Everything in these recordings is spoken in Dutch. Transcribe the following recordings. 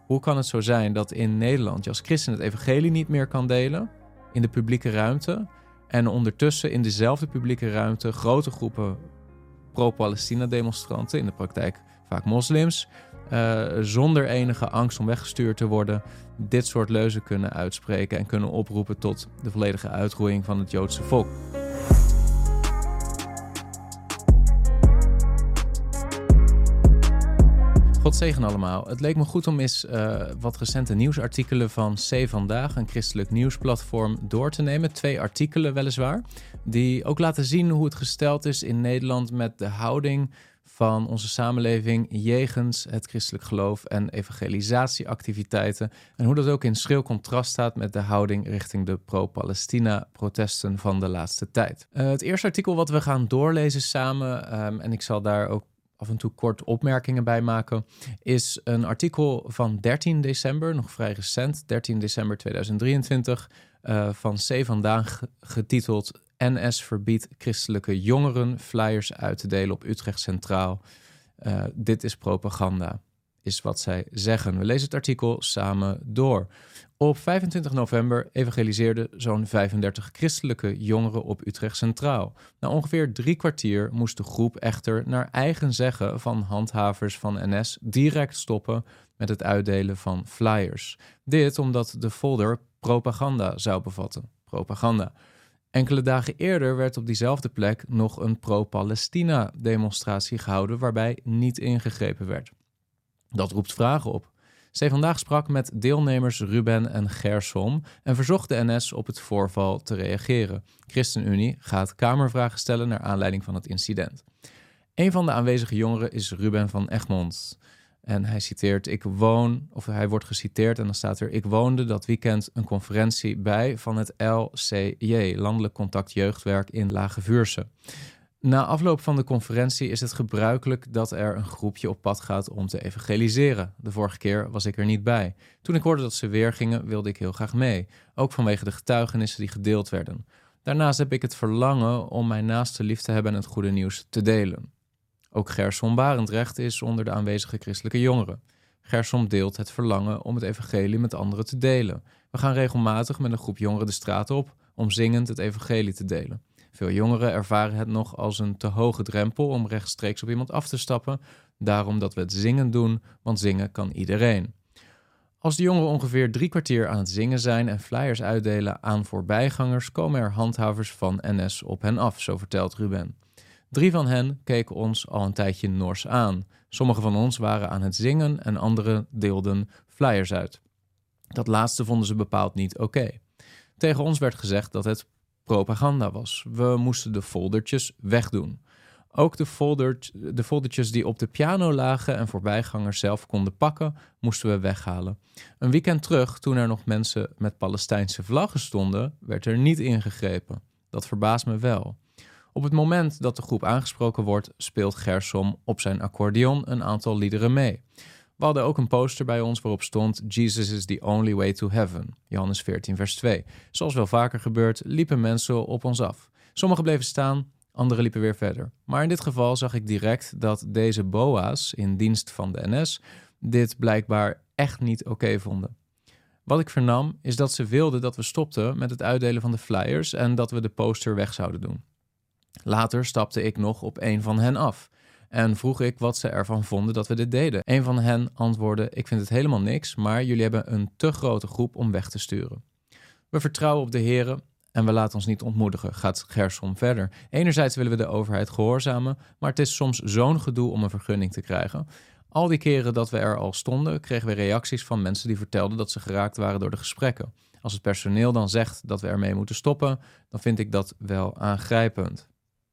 Hoe kan het zo zijn dat in Nederland je als christen het evangelie niet meer kan delen in de publieke ruimte en ondertussen in dezelfde publieke ruimte grote groepen pro-Palestina-demonstranten, in de praktijk vaak moslims, zonder enige angst om weggestuurd te worden, dit soort leuzen kunnen uitspreken en kunnen oproepen tot de volledige uitroeiing van het Joodse volk. God zegen allemaal. Het leek me goed om eens wat recente nieuwsartikelen van C Vandaag, een christelijk nieuwsplatform, door te nemen. 2 artikelen weliswaar, die ook laten zien hoe het gesteld is in Nederland met de houding van onze samenleving jegens het christelijk geloof en evangelisatieactiviteiten. En hoe dat ook in schril contrast staat met de houding richting de pro-Palestina-protesten van de laatste tijd. Het eerste artikel wat we gaan doorlezen samen, en ik zal daar ook af en toe kort opmerkingen bij maken, is een artikel van 13 december, nog vrij recent, 13 december 2023, van C Vandaag, getiteld NS verbiedt christelijke jongeren flyers uit te delen op Utrecht Centraal. Dit is propaganda, is wat zij zeggen. We lezen het artikel samen door. Op 25 november evangeliseerden zo'n 35 christelijke jongeren op Utrecht Centraal. Na ongeveer 3 kwartier moest de groep echter naar eigen zeggen van handhavers van NS direct stoppen met het uitdelen van flyers. Dit omdat de folder propaganda zou bevatten. Propaganda. Enkele dagen eerder werd op diezelfde plek nog een pro-Palestina-demonstratie gehouden waarbij niet ingegrepen werd. Dat roept vragen op. C Vandaag sprak met deelnemers Ruben en Gersom en verzocht de NS op het voorval te reageren. ChristenUnie gaat kamervragen stellen naar aanleiding van het incident. Een van de aanwezige jongeren is Ruben van Egmond. En hij hij wordt geciteerd en dan staat er: ik woonde dat weekend een conferentie bij van het LCJ, Landelijk Contact Jeugdwerk in Lage Vuursche. Na afloop van de conferentie is het gebruikelijk dat er een groepje op pad gaat om te evangeliseren. De vorige keer was ik er niet bij. Toen ik hoorde dat ze weer gingen, wilde ik heel graag mee. Ook vanwege de getuigenissen die gedeeld werden. Daarnaast heb ik het verlangen om mijn naaste lief te hebben en het goede nieuws te delen. Ook Gersom Barendrecht is onder de aanwezige christelijke jongeren. Gersom deelt het verlangen om het evangelie met anderen te delen. We gaan regelmatig met een groep jongeren de straat op om zingend het evangelie te delen. Veel jongeren ervaren het nog als een te hoge drempel om rechtstreeks op iemand af te stappen. Daarom dat we het zingen doen, want zingen kan iedereen. Als de jongeren ongeveer 3 kwartier aan het zingen zijn en flyers uitdelen aan voorbijgangers, komen er handhavers van NS op hen af, zo vertelt Ruben. 3 van hen keken ons al een tijdje nors aan. Sommigen van ons waren aan het zingen en anderen deelden flyers uit. Dat laatste vonden ze bepaald niet oké. Tegen ons werd gezegd dat het propaganda was. We moesten de foldertjes wegdoen. Ook de foldertjes die op de piano lagen en voorbijgangers zelf konden pakken, moesten we weghalen. Een weekend terug, toen er nog mensen met Palestijnse vlaggen stonden, werd er niet ingegrepen. Dat verbaast me wel. Op het moment dat de groep aangesproken wordt, speelt Gersom op zijn accordeon een aantal liederen mee. We hadden ook een poster bij ons waarop stond Jesus is the only way to heaven, Johannes 14 vers 2. Zoals wel vaker gebeurt, liepen mensen op ons af. Sommigen bleven staan, anderen liepen weer verder. Maar in dit geval zag ik direct dat deze boa's in dienst van de NS dit blijkbaar echt niet oké vonden. Wat ik vernam is dat ze wilden dat we stopten met het uitdelen van de flyers en dat we de poster weg zouden doen. Later stapte ik nog op een van hen af en vroeg ik wat ze ervan vonden dat we dit deden. Een van hen antwoordde: ik vind het helemaal niks, maar jullie hebben een te grote groep om weg te sturen. We vertrouwen op de Here en we laten ons niet ontmoedigen, gaat Gersom verder. Enerzijds willen we de overheid gehoorzamen, maar het is soms zo'n gedoe om een vergunning te krijgen. Al die keren dat we er al stonden, kregen we reacties van mensen die vertelden dat ze geraakt waren door de gesprekken. Als het personeel dan zegt dat we ermee moeten stoppen, dan vind ik dat wel aangrijpend.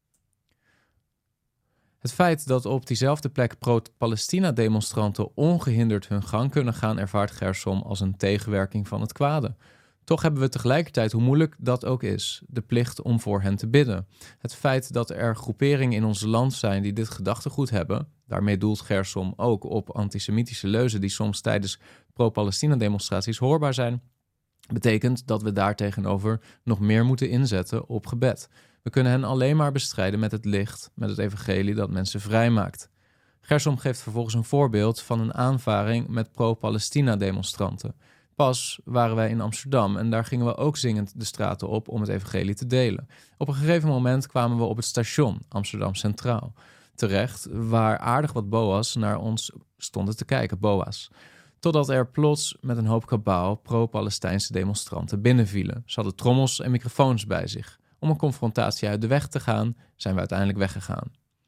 Het feit dat op diezelfde plek pro-Palestina-demonstranten ongehinderd hun gang kunnen gaan, ervaart Gersom als een tegenwerking van het kwade. Toch hebben we tegelijkertijd, hoe moeilijk dat ook is, de plicht om voor hen te bidden. Het feit dat er groeperingen in ons land zijn die dit gedachtegoed hebben, daarmee doelt Gersom ook op antisemitische leuzen die soms tijdens pro-Palestina-demonstraties hoorbaar zijn, betekent dat we daartegenover nog meer moeten inzetten op gebed. We kunnen hen alleen maar bestrijden met het licht, met het evangelie dat mensen vrijmaakt. Gersom geeft vervolgens een voorbeeld van een aanvaring met pro-Palestina-demonstranten. Pas waren wij in Amsterdam en daar gingen we ook zingend de straten op om het evangelie te delen. Op een gegeven moment kwamen we op het station Amsterdam Centraal terecht, waar aardig wat boa's naar ons stonden te kijken, boa's. Totdat er plots met een hoop kabaal pro-Palestijnse demonstranten binnenvielen. Ze hadden trommels en microfoons bij zich. Om een confrontatie uit de weg te gaan, zijn we uiteindelijk weggegaan.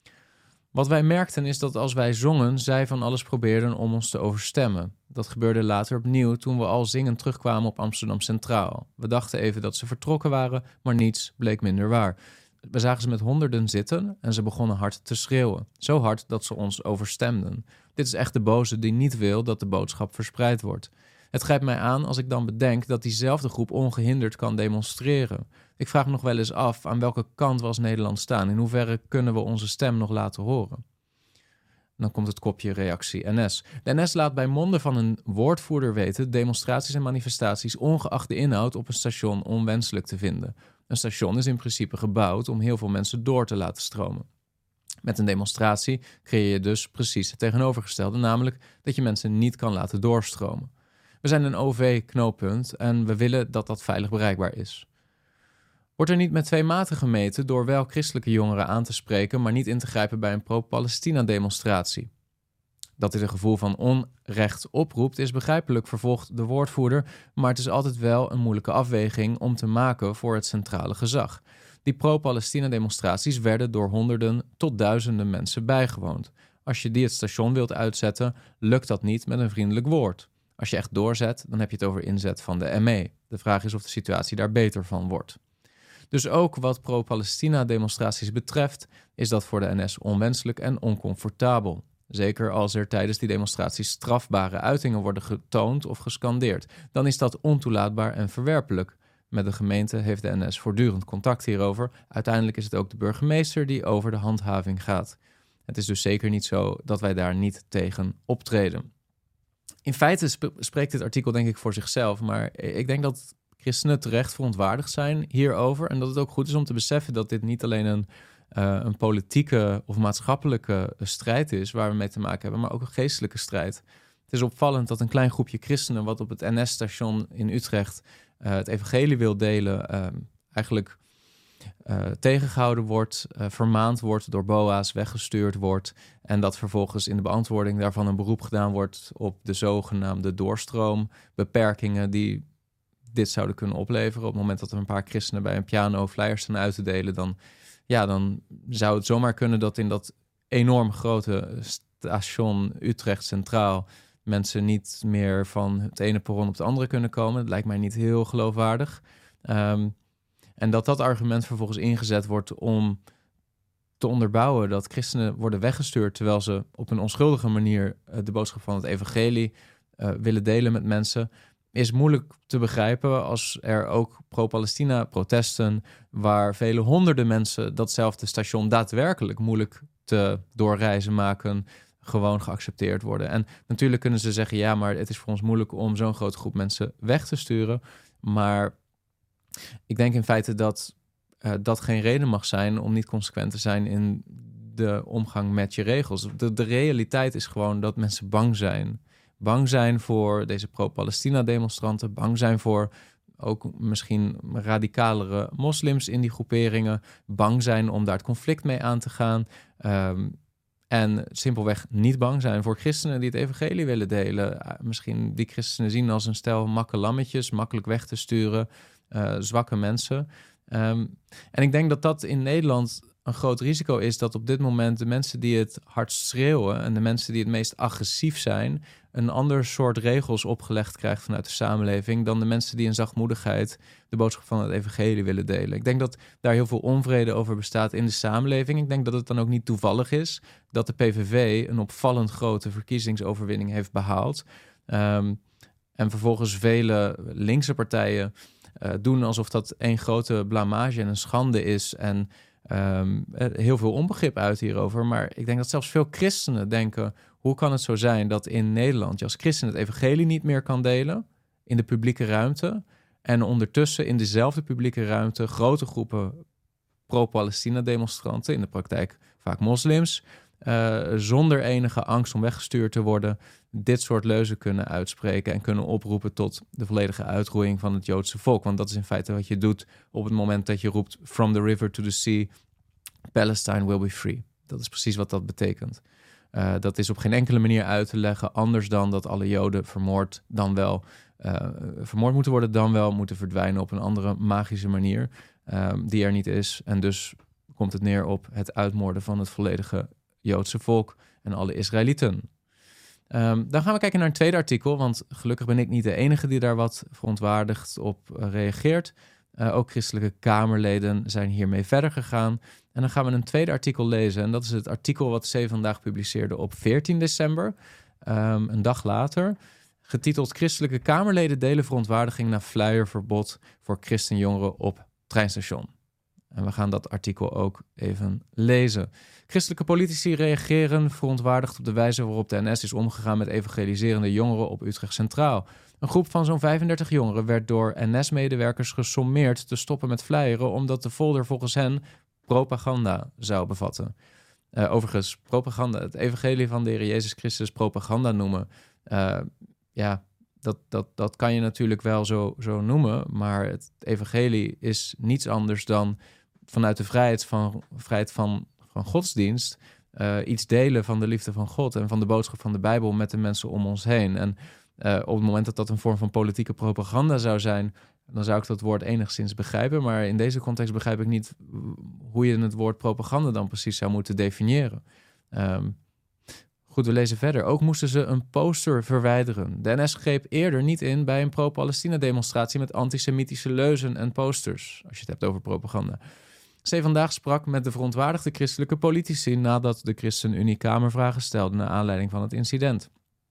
Wat wij merkten is dat als wij zongen, zij van alles probeerden om ons te overstemmen. Dat gebeurde later opnieuw toen we al zingend terugkwamen op Amsterdam Centraal. We dachten even dat ze vertrokken waren, maar niets bleek minder waar. We zagen ze met honderden zitten en ze begonnen hard te schreeuwen. Zo hard dat ze ons overstemden. Dit is echt de boze die niet wil dat de boodschap verspreid wordt. Het grijpt mij aan als ik dan bedenk dat diezelfde groep ongehinderd kan demonstreren. Ik vraag me nog wel eens af aan welke kant we als Nederland staan. In hoeverre kunnen we onze stem nog laten horen? Dan komt het kopje reactie NS. De NS laat bij monden van een woordvoerder weten demonstraties en manifestaties ongeacht de inhoud op een station onwenselijk te vinden. Een station is in principe gebouwd om heel veel mensen door te laten stromen. Met een demonstratie creëer je dus precies het tegenovergestelde, namelijk dat je mensen niet kan laten doorstromen. We zijn een OV-knooppunt en we willen dat dat veilig bereikbaar is. Wordt er niet met twee maten gemeten door wel christelijke jongeren aan te spreken, maar niet in te grijpen bij een pro-Palestina-demonstratie? Dat dit een gevoel van onrecht oproept is begrijpelijk, vervolgt de woordvoerder, maar het is altijd wel een moeilijke afweging om te maken voor het centrale gezag. Die pro-Palestina-demonstraties werden door honderden tot duizenden mensen bijgewoond. Als je die het station wilt uitzetten, lukt dat niet met een vriendelijk woord. Als je echt doorzet, dan heb je het over inzet van de ME. De vraag is of de situatie daar beter van wordt. Dus ook wat pro-Palestina-demonstraties betreft, is dat voor de NS onwenselijk en oncomfortabel. Zeker als er tijdens die demonstraties strafbare uitingen worden getoond of gescandeerd. Dan is dat ontoelaatbaar en verwerpelijk. Met de gemeente heeft de NS voortdurend contact hierover. Uiteindelijk is het ook de burgemeester die over de handhaving gaat. Het is dus zeker niet zo dat wij daar niet tegen optreden. In feite spreekt dit artikel denk ik voor zichzelf, maar ik denk dat christenen terecht verontwaardigd zijn hierover en dat het ook goed is om te beseffen dat dit niet alleen een politieke of maatschappelijke strijd is waar we mee te maken hebben, maar ook een geestelijke strijd. Het is opvallend dat een klein groepje christenen wat op het NS-station in Utrecht het evangelie wil delen, eigenlijk tegengehouden wordt, vermaand wordt door boa's, weggestuurd wordt en dat vervolgens in de beantwoording daarvan een beroep gedaan wordt op de zogenaamde doorstroombeperkingen die dit zouden kunnen opleveren. Op het moment dat er een paar christenen bij een piano flyers staan uit te delen, dan zou het zomaar kunnen dat in dat enorm grote station Utrecht Centraal mensen niet meer van het ene perron op het andere kunnen komen. Dat lijkt mij niet heel geloofwaardig. En dat argument vervolgens ingezet wordt om te onderbouwen dat christenen worden weggestuurd terwijl ze op een onschuldige manier de boodschap van het evangelie willen delen met mensen, is moeilijk te begrijpen als er ook pro-Palestina protesten waar vele honderden mensen datzelfde station daadwerkelijk moeilijk te doorreizen maken, gewoon geaccepteerd worden. En natuurlijk kunnen ze zeggen, ja, maar het is voor ons moeilijk om zo'n grote groep mensen weg te sturen. Maar ik denk in feite dat dat geen reden mag zijn om niet consequent te zijn in de omgang met je regels. De realiteit is gewoon dat mensen bang zijn. Bang zijn voor deze pro-Palestina-demonstranten. Bang zijn voor ook misschien radicalere moslims in die groeperingen. Bang zijn om daar het conflict mee aan te gaan. En simpelweg niet bang zijn voor christenen die het evangelie willen delen. Misschien die christenen zien als een stel makke lammetjes, makkelijk weg te sturen, zwakke mensen. En ik denk dat dat in Nederland een groot risico is, dat op dit moment de mensen die het hardst schreeuwen en de mensen die het meest agressief zijn, een ander soort regels opgelegd krijgt vanuit de samenleving dan de mensen die in zachtmoedigheid de boodschap van het evangelie willen delen. Ik denk dat daar heel veel onvrede over bestaat in de samenleving. Ik denk dat het dan ook niet toevallig is dat de PVV een opvallend grote verkiezingsoverwinning heeft behaald. En vervolgens vele linkse partijen doen alsof dat één grote blamage en een schande is en heel veel onbegrip uit hierover. Maar ik denk dat zelfs veel christenen denken, hoe kan het zo zijn dat in Nederland je als christen het evangelie niet meer kan delen in de publieke ruimte en ondertussen in dezelfde publieke ruimte grote groepen pro-Palestina demonstranten, in de praktijk vaak moslims, zonder enige angst om weggestuurd te worden, dit soort leuzen kunnen uitspreken en kunnen oproepen tot de volledige uitroeiing van het Joodse volk. Want dat is in feite wat je doet op het moment dat je roept from the river to the sea, Palestine will be free. Dat is precies wat dat betekent. Dat is op geen enkele manier uit te leggen, anders dan dat alle Joden vermoord moeten worden, dan wel moeten verdwijnen op een andere magische manier die er niet is. En dus komt het neer op het uitmoorden van het volledige Joodse volk en alle Israëlieten. Dan gaan we kijken naar een tweede artikel, want gelukkig ben ik niet de enige die daar wat verontwaardigd op reageert. Ook christelijke Kamerleden zijn hiermee verder gegaan. En dan gaan we een tweede artikel lezen. En dat is het artikel wat C Vandaag publiceerde op 14 december. Een dag later. Getiteld Christelijke Kamerleden delen verontwaardiging na flyerverbod voor christenjongeren op treinstation. En we gaan dat artikel ook even lezen. Christelijke politici reageren verontwaardigd op de wijze waarop de NS is omgegaan met evangeliserende jongeren op Utrecht Centraal. Een groep van zo'n 35 jongeren werd door NS-medewerkers gesommeerd te stoppen met flyeren, omdat de folder volgens hen propaganda zou bevatten. Overigens, propaganda, het evangelie van de Heer Jezus Christus propaganda noemen, dat kan je natuurlijk wel zo noemen, maar het evangelie is niets anders dan vanuit de vrijheid van godsdienst iets delen van de liefde van God en van de boodschap van de Bijbel met de mensen om ons heen. En op het moment dat dat een vorm van politieke propaganda zou zijn, dan zou ik dat woord enigszins begrijpen. Maar in deze context begrijp ik niet hoe je het woord propaganda dan precies zou moeten definiëren. Goed, we lezen verder. Ook moesten ze een poster verwijderen. De NS greep eerder niet in bij een pro-Palestina-demonstratie met antisemitische leuzen en posters, als je het hebt over propaganda. C Vandaag sprak met de verontwaardigde christelijke politici nadat de ChristenUnie Kamervragen stelde naar aanleiding van het incident.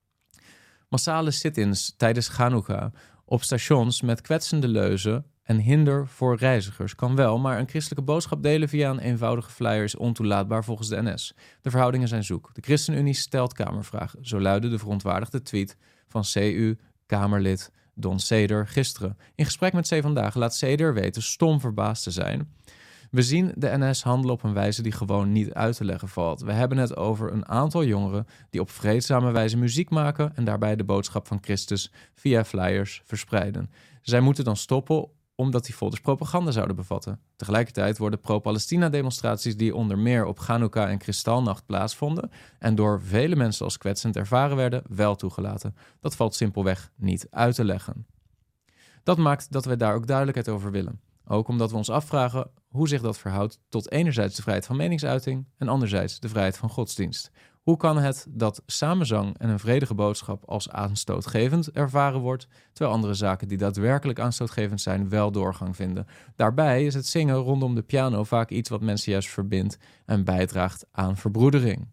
Massale sit-ins tijdens Chanukka op stations met kwetsende leuzen en hinder voor reizigers kan wel, maar een christelijke boodschap delen via een eenvoudige flyer is ontoelaatbaar volgens de NS. De verhoudingen zijn zoek. De ChristenUnie stelt Kamervragen. Zo luidde de verontwaardigde tweet van CU-Kamerlid Don Seder gisteren. In gesprek met C Vandaag laat Seder weten stom verbaasd te zijn. We zien de NS handelen op een wijze die gewoon niet uit te leggen valt. We hebben het over een aantal jongeren die op vreedzame wijze muziek maken en daarbij de boodschap van Christus via flyers verspreiden. Zij moeten dan stoppen omdat die folders propaganda zouden bevatten. Tegelijkertijd worden pro-Palestina-demonstraties die onder meer op Chanukka en Kristalnacht plaatsvonden en door vele mensen als kwetsend ervaren werden, wel toegelaten. Dat valt simpelweg niet uit te leggen. Dat maakt dat we daar ook duidelijkheid over willen. Ook omdat we ons afvragen hoe zich dat verhoudt tot enerzijds de vrijheid van meningsuiting en anderzijds de vrijheid van godsdienst. Hoe kan het dat samenzang en een vredige boodschap als aanstootgevend ervaren wordt, terwijl andere zaken die daadwerkelijk aanstootgevend zijn wel doorgang vinden? Daarbij is het zingen rondom de piano vaak iets wat mensen juist verbindt en bijdraagt aan verbroedering.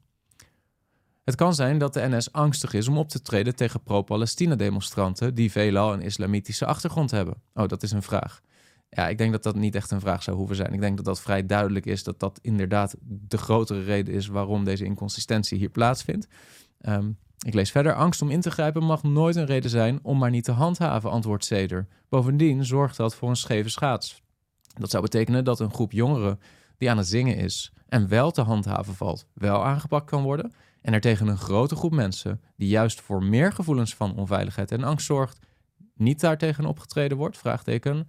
Het kan zijn dat de NS angstig is om op te treden tegen pro-Palestina-demonstranten die veelal een islamitische achtergrond hebben. Oh, dat is een vraag. Ja, ik denk dat dat niet echt een vraag zou hoeven zijn. Ik denk dat dat vrij duidelijk is, dat dat inderdaad de grotere reden is waarom deze inconsistentie hier plaatsvindt. Ik lees verder. Angst om in te grijpen mag nooit een reden zijn om maar niet te handhaven, antwoordt Seder. Bovendien zorgt dat voor een scheve schaats. Dat zou betekenen dat een groep jongeren die aan het zingen is en wel te handhaven valt, wel aangepakt kan worden. En er tegen een grote groep mensen die juist voor meer gevoelens van onveiligheid en angst zorgt, niet daartegen opgetreden wordt? Vraagteken.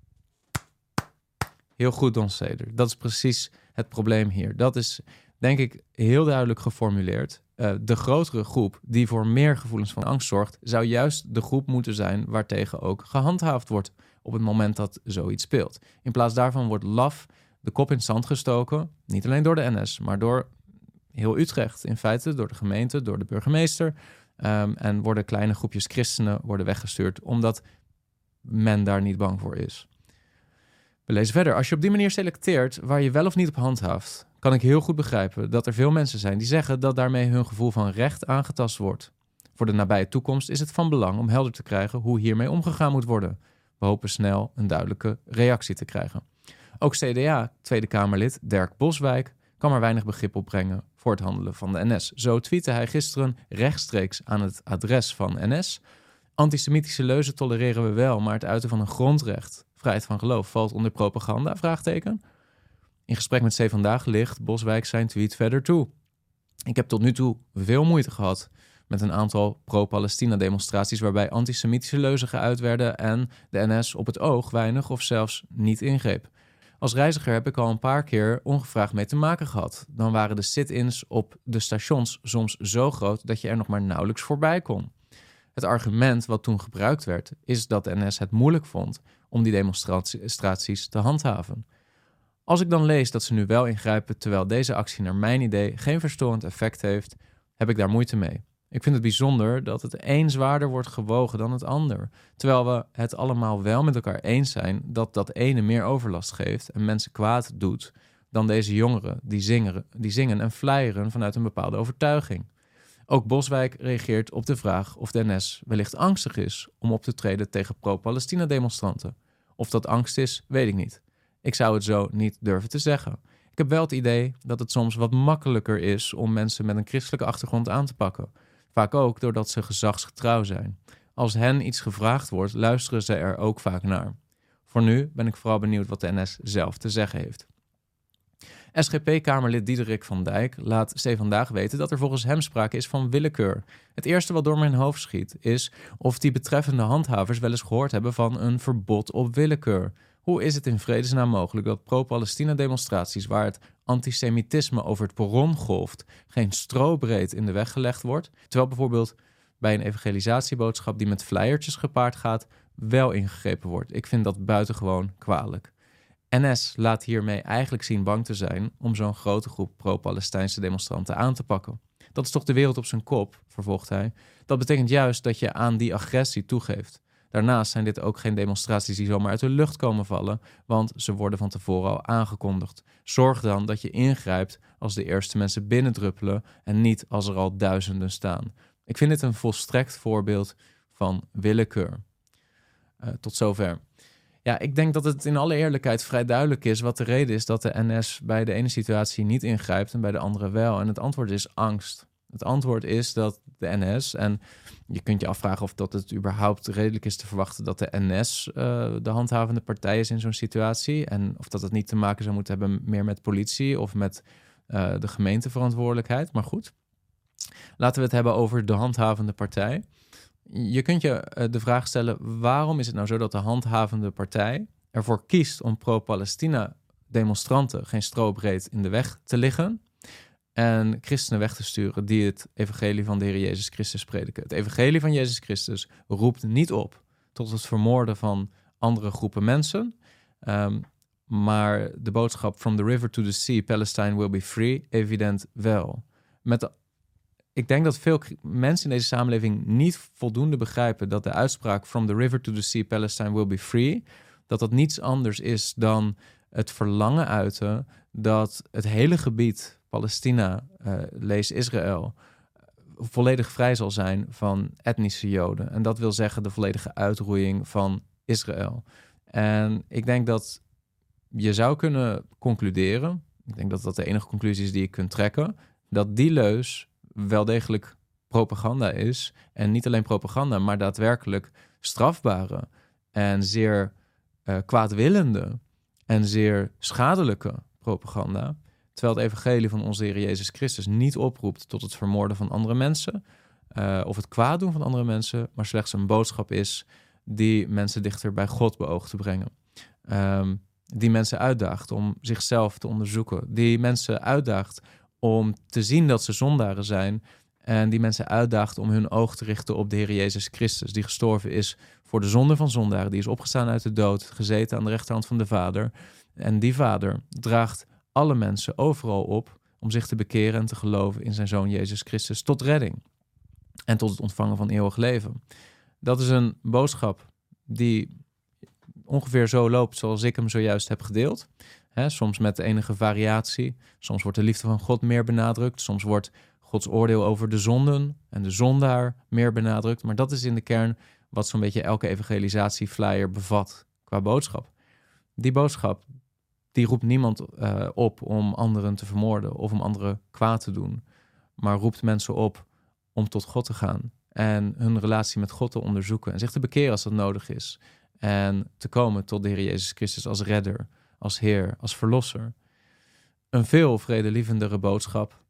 Heel goed, Don Seder. Dat is precies het probleem hier. Dat is, denk ik, heel duidelijk geformuleerd. De grotere groep die voor meer gevoelens van angst zorgt, zou juist de groep moeten zijn waartegen ook gehandhaafd wordt op het moment dat zoiets speelt. In plaats daarvan wordt laf de kop in het zand gestoken, niet alleen door de NS, maar door heel Utrecht. In feite door de gemeente, door de burgemeester. En worden kleine groepjes christenen worden weggestuurd, omdat men daar niet bang voor is. We lezen verder. Als je op die manier selecteert waar je wel of niet op handhaaft, kan ik heel goed begrijpen dat er veel mensen zijn die zeggen dat daarmee hun gevoel van recht aangetast wordt. Voor de nabije toekomst is het van belang om helder te krijgen hoe hiermee omgegaan moet worden. We hopen snel een duidelijke reactie te krijgen. Ook CDA, Tweede Kamerlid Dirk Boswijk, kan maar weinig begrip opbrengen voor het handelen van de NS. Zo tweette hij gisteren rechtstreeks aan het adres van NS. Antisemitische leuzen tolereren we wel, maar het uiten van een grondrecht, vrijheid van geloof, valt onder propaganda? Vraagteken. In gesprek met C Vandaag licht Boswijk zijn tweet verder toe. Ik heb tot nu toe veel moeite gehad met een aantal pro-Palestina demonstraties waarbij antisemitische leuzen geuit werden en de NS op het oog weinig of zelfs niet ingreep. Als reiziger heb ik al een paar keer ongevraagd mee te maken gehad. Dan waren de sit-ins op de stations soms zo groot dat je er nog maar nauwelijks voorbij kon. Het argument wat toen gebruikt werd, is dat de NS het moeilijk vond om die demonstraties te handhaven. Als ik dan lees dat ze nu wel ingrijpen terwijl deze actie naar mijn idee geen verstorend effect heeft, heb ik daar moeite mee. Ik vind het bijzonder dat het een zwaarder wordt gewogen dan het ander. Terwijl we het allemaal wel met elkaar eens zijn dat dat ene meer overlast geeft en mensen kwaad doet dan deze jongeren die zingen en flyeren vanuit een bepaalde overtuiging. Ook Boswijk reageert op de vraag of de NS wellicht angstig is om op te treden tegen pro-Palestina demonstranten. Of dat angst is, weet ik niet. Ik zou het zo niet durven te zeggen. Ik heb wel het idee dat het soms wat makkelijker is om mensen met een christelijke achtergrond aan te pakken. Vaak ook doordat ze gezagsgetrouw zijn. Als hen iets gevraagd wordt, luisteren ze er ook vaak naar. Voor nu ben ik vooral benieuwd wat de NS zelf te zeggen heeft. SGP-kamerlid Diederik van Dijk laat Stefan Vandaag weten dat er volgens hem sprake is van willekeur. Het eerste wat door mijn hoofd schiet is of die betreffende handhavers wel eens gehoord hebben van een verbod op willekeur. Hoe is het in vredesnaam mogelijk dat pro-Palestina demonstraties waar het antisemitisme over het perron golft geen strobreed in de weg gelegd wordt, terwijl bijvoorbeeld bij een evangelisatieboodschap die met flyertjes gepaard gaat wel ingegrepen wordt? Ik vind dat buitengewoon kwalijk. NS laat hiermee eigenlijk zien bang te zijn om zo'n grote groep pro-Palestijnse demonstranten aan te pakken. Dat is toch de wereld op zijn kop, vervolgt hij. Dat betekent juist dat je aan die agressie toegeeft. Daarnaast zijn dit ook geen demonstraties die zomaar uit de lucht komen vallen, want ze worden van tevoren al aangekondigd. Zorg dan dat je ingrijpt als de eerste mensen binnendruppelen en niet als er al duizenden staan. Ik vind dit een volstrekt voorbeeld van willekeur. Tot zover. Ja, ik denk dat het in alle eerlijkheid vrij duidelijk is wat de reden is dat de NS bij de ene situatie niet ingrijpt en bij de andere wel. En het antwoord is angst. Het antwoord is dat de NS, en je kunt je afvragen of dat het überhaupt redelijk is te verwachten dat de NS de handhavende partij is in zo'n situatie. En of dat het niet te maken zou moeten hebben meer met politie of met de gemeenteverantwoordelijkheid. Maar goed, laten we het hebben over de handhavende partij. Je kunt je de vraag stellen, waarom is het nou zo dat de handhavende partij ervoor kiest om pro-Palestina demonstranten geen strobreed in de weg te liggen en christenen weg te sturen die het evangelie van de Heer Jezus Christus prediken? Het evangelie van Jezus Christus roept niet op tot het vermoorden van andere groepen mensen, maar de boodschap from the river to the sea, Palestine will be free, evident wel. Ik denk dat veel mensen in deze samenleving niet voldoende begrijpen dat de uitspraak from the river to the sea, Palestine will be free, dat niets anders is dan het verlangen uiten dat het hele gebied, Palestina, lees Israël, volledig vrij zal zijn van etnische Joden. En dat wil zeggen de volledige uitroeiing van Israël. En ik denk dat je zou kunnen concluderen, ik denk dat dat de enige conclusie is die je kunt trekken, dat die leus wel degelijk propaganda is. En niet alleen propaganda, maar daadwerkelijk strafbare en zeer kwaadwillende en zeer schadelijke propaganda. Terwijl het evangelie van onze Heer Jezus Christus niet oproept tot het vermoorden van andere mensen of het kwaad doen van andere mensen, maar slechts een boodschap is die mensen dichter bij God beoogt te brengen. Die mensen uitdaagt om zichzelf te onderzoeken. Die mensen uitdaagt om te zien dat ze zondaren zijn en die mensen uitdaagt om hun oog te richten op de Heer Jezus Christus, die gestorven is voor de zonde van zondaren, die is opgestaan uit de dood, gezeten aan de rechterhand van de Vader. En die Vader draagt alle mensen overal op om zich te bekeren en te geloven in zijn Zoon Jezus Christus tot redding en tot het ontvangen van eeuwig leven. Dat is een boodschap die ongeveer zo loopt zoals ik hem zojuist heb gedeeld. Soms met enige variatie. Soms wordt de liefde van God meer benadrukt. Soms wordt Gods oordeel over de zonden en de zondaar meer benadrukt. Maar dat is in de kern wat zo'n beetje elke evangelisatieflyer bevat qua boodschap. Die boodschap die roept niemand op om anderen te vermoorden of om anderen kwaad te doen. Maar roept mensen op om tot God te gaan en hun relatie met God te onderzoeken en zich te bekeren als dat nodig is. En te komen tot de Heer Jezus Christus als redder, als Heer, als verlosser. Een veel vredelievendere boodschap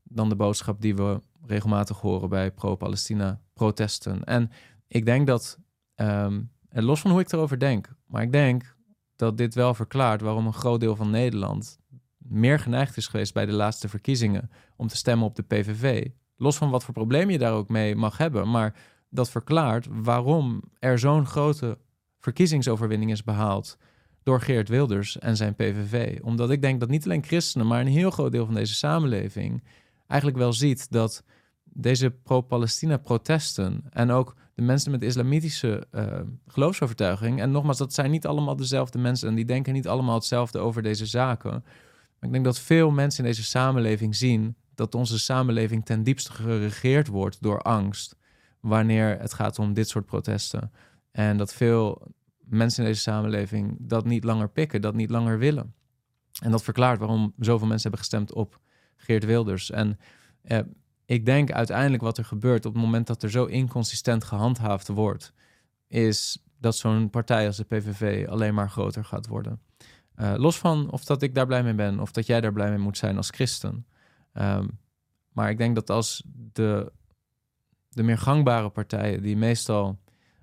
dan de boodschap die we regelmatig horen bij pro-Palestina protesten. En ik denk dat, los van hoe ik erover denk, maar ik denk dat dit wel verklaart waarom een groot deel van Nederland meer geneigd is geweest bij de laatste verkiezingen om te stemmen op de PVV. Los van wat voor probleem je daar ook mee mag hebben, maar dat verklaart waarom er zo'n grote verkiezingsoverwinning is behaald door Geert Wilders en zijn PVV. Omdat ik denk dat niet alleen christenen, maar een heel groot deel van deze samenleving eigenlijk wel ziet dat deze pro-Palestina-protesten en ook de mensen met islamitische geloofsovertuiging, en nogmaals, dat zijn niet allemaal dezelfde mensen en die denken niet allemaal hetzelfde over deze zaken. Maar ik denk dat veel mensen in deze samenleving zien dat onze samenleving ten diepste geregeerd wordt door angst wanneer het gaat om dit soort protesten. En dat veel mensen in deze samenleving dat niet langer pikken, dat niet langer willen. En dat verklaart waarom zoveel mensen hebben gestemd op Geert Wilders. En ik denk uiteindelijk wat er gebeurt op het moment dat er zo inconsistent gehandhaafd wordt, is dat zo'n partij als de PVV alleen maar groter gaat worden. Los van of dat ik daar blij mee ben of dat jij daar blij mee moet zijn als christen. Maar ik denk dat als de meer gangbare partijen die meestal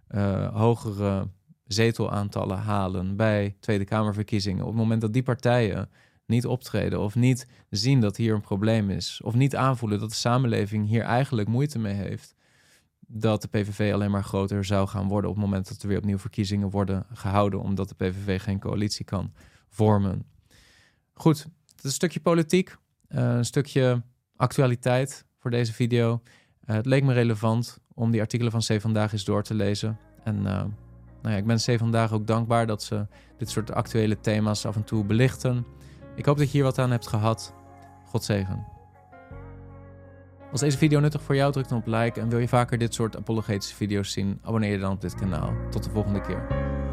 hogere zetelaantallen halen bij Tweede Kamerverkiezingen, op het moment dat die partijen niet optreden of niet zien dat hier een probleem is of niet aanvoelen dat de samenleving hier eigenlijk moeite mee heeft, dat de PVV alleen maar groter zou gaan worden op het moment dat er weer opnieuw verkiezingen worden gehouden, omdat de PVV geen coalitie kan vormen. Goed, het is een stukje politiek, een stukje actualiteit voor deze video. Het leek me relevant om die artikelen van C Vandaag eens door te lezen. En ik ben C Vandaag ook dankbaar dat ze dit soort actuele thema's af en toe belichten. Ik hoop dat je hier wat aan hebt gehad. God zegen. Als deze video nuttig voor jou, druk dan op like. En wil je vaker dit soort apologetische video's zien, abonneer je dan op dit kanaal. Tot de volgende keer.